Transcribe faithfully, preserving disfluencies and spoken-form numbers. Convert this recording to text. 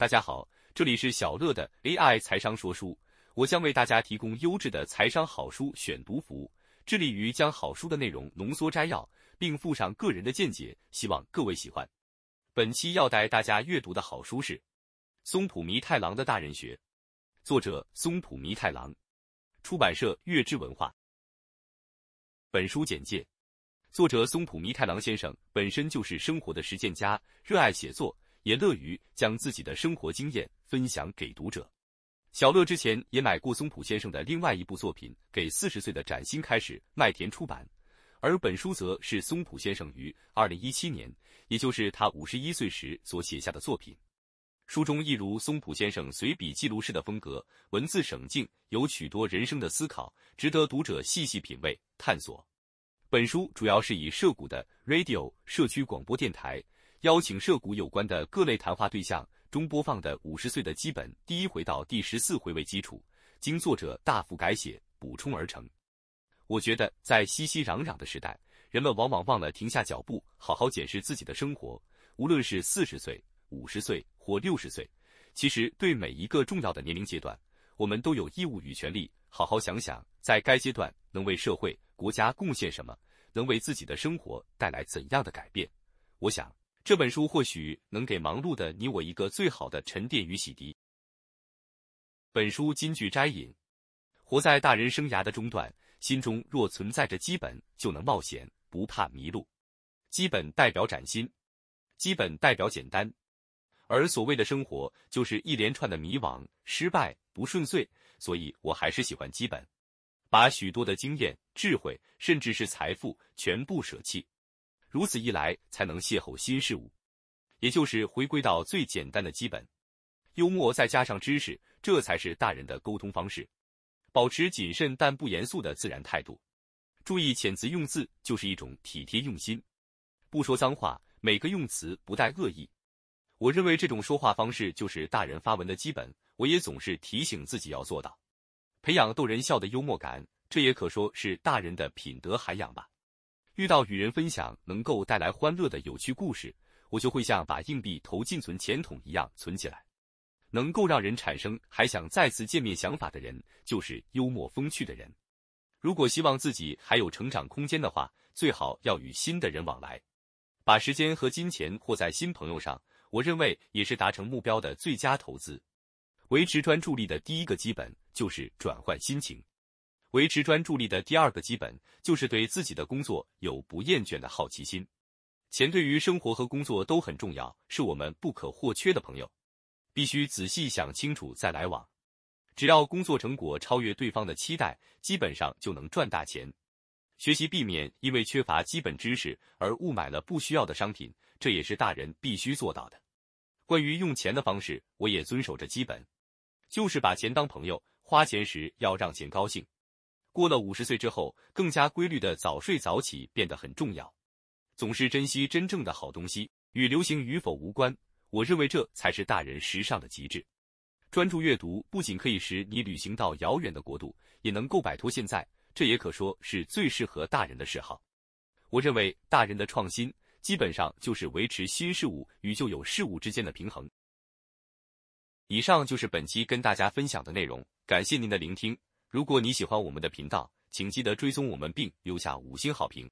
大家好，这里是小乐的 A I 财商说书，我将为大家提供优质的财商好书选读服务，致力于将好书的内容浓缩摘要，并附上个人的见解，希望各位喜欢。本期要带大家阅读的好书是松浦弥太郎的大人学，作者松浦弥太郎，出版社月之文化。本书简介：作者松浦弥太郎先生本身就是生活的实践家，热爱写作，也乐于将自己的生活经验分享给读者。小乐之前也买过松浦先生的另外一部作品《给四十岁的崭新开始》，麦田出版，而本书则是松浦先生于二零一七年，也就是他五十一岁时所写下的作品。书中一如松浦先生随笔记录式的风格，文字省劲，有许多人生的思考，值得读者细细品味探索。本书主要是以涉谷的 Radio 社区广播电台，邀请涉谷有关的各类谈话对象中播放的五十岁的基本第一回到第十四回为基础，经作者大幅改写补充而成。我觉得在熙熙攘攘的时代，人们往往忘了停下脚步，好好检视自己的生活。无论是四十岁、五十岁或六十岁，其实对每一个重要的年龄阶段，我们都有义务与权利好好想想，在该阶段能为社会、国家贡献什么，能为自己的生活带来怎样的改变。我想这本书或许能给忙碌的你我一个最好的沉淀与洗涤。本书金句摘引：活在大人生涯的中段，心中若存在着基本，就能冒险，不怕迷路。基本代表崭新，基本代表简单，而所谓的生活就是一连串的迷惘、失败、不顺遂，所以我还是喜欢基本。把许多的经验、智慧，甚至是财富全部舍弃，如此一来才能邂逅新事物，也就是回归到最简单的基本。幽默再加上知识，这才是大人的沟通方式。保持谨慎但不严肃的自然态度，注意遣词用字，就是一种体贴用心。不说脏话，每个用词不带恶意。我认为这种说话方式就是大人发文的基本，我也总是提醒自己要做到。培养逗人笑的幽默感，这也可说是大人的品德涵养吧。遇到与人分享能够带来欢乐的有趣故事，我就会像把硬币投进存钱筒一样存起来。能够让人产生还想再次见面想法的人，就是幽默风趣的人。如果希望自己还有成长空间的话，最好要与新的人往来。把时间和金钱花在新朋友上，我认为也是达成目标的最佳投资。维持专注力的第一个基本就是转换心情。维持专注力的第二个基本就是对自己的工作有不厌倦的好奇心。钱对于生活和工作都很重要，是我们不可或缺的朋友，必须仔细想清楚再来往。只要工作成果超越对方的期待，基本上就能赚大钱。学习避免因为缺乏基本知识而误买了不需要的商品，这也是大人必须做到的。关于用钱的方式，我也遵守着基本，就是把钱当朋友，花钱时要让钱高兴。过了五十岁之后，更加规律的早睡早起变得很重要。总是珍惜真正的好东西，与流行与否无关，我认为这才是大人时尚的极致。专注阅读不仅可以使你旅行到遥远的国度，也能够摆脱现在，这也可说是最适合大人的嗜好。我认为大人的创新基本上就是维持新事物与旧有事物之间的平衡。以上就是本期跟大家分享的内容，感谢您的聆听。如果你喜欢我们的频道，请记得追踪我们并留下五星好评。